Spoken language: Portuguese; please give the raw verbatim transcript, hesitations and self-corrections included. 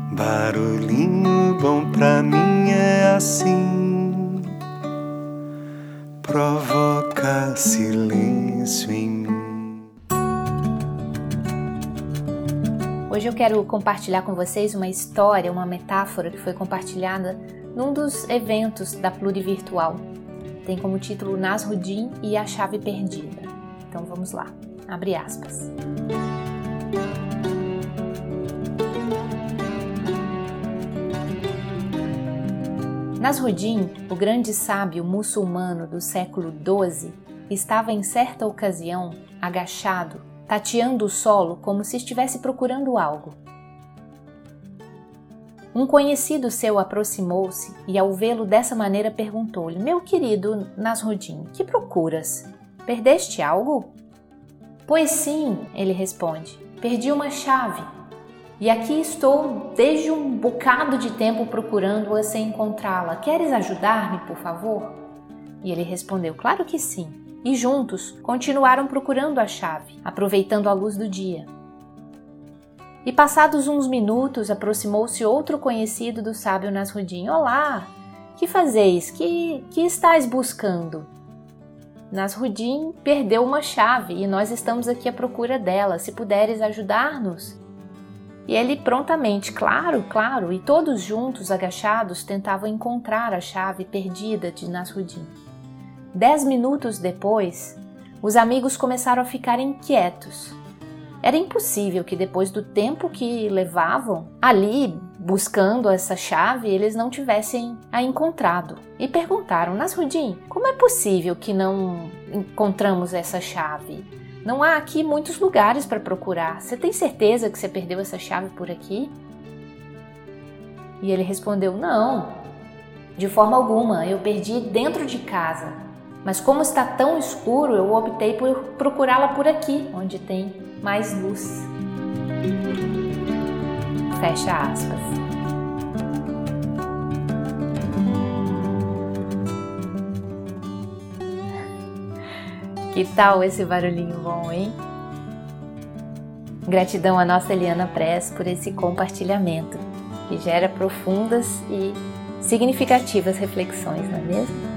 Barulhinho bom pra mim é assim, provoca silêncio em mim. Hoje eu quero compartilhar com vocês uma história, uma metáfora que foi compartilhada num dos eventos da Plurivirtual. Tem como título Nasruddin e a Chave Perdida. Então vamos lá, abre aspas. Nasruddin, o grande sábio muçulmano do século doze, estava em certa ocasião agachado, tateando o solo como se estivesse procurando algo. Um conhecido seu aproximou-se e, ao vê-lo dessa maneira, perguntou-lhe: "Meu querido Nasruddin, que procuras? Perdeste algo?" "Pois sim", ele responde, "perdi uma chave. E aqui estou desde um bocado de tempo procurando-a sem encontrá-la. Queres ajudar-me, por favor?" E ele respondeu: "Claro que sim." E juntos continuaram procurando a chave, aproveitando a luz do dia. E passados uns minutos, aproximou-se outro conhecido do sábio Nasruddin. "Olá, que fazeis? Que, que estáis buscando?" "Nasruddin perdeu uma chave e nós estamos aqui à procura dela. Se puderes ajudar-nos?" E ele prontamente, claro, claro, e todos juntos, agachados, tentavam encontrar a chave perdida de Nasruddin. Dez minutos depois, os amigos começaram a ficar inquietos. Era impossível que depois do tempo que levavam ali buscando essa chave, eles não tivessem a encontrado. E perguntaram: "Nasruddin, como é possível que não encontramos essa chave? Não há aqui muitos lugares para procurar. Você tem certeza que você perdeu essa chave por aqui?" E ele respondeu: "Não, de forma alguma, eu perdi dentro de casa. Mas como está tão escuro, eu optei por procurá-la por aqui, onde tem mais luz." Fecha aspas. Que tal esse barulhinho bom, hein? Gratidão à nossa Eliana Press por esse compartilhamento, que gera profundas e significativas reflexões, não é mesmo?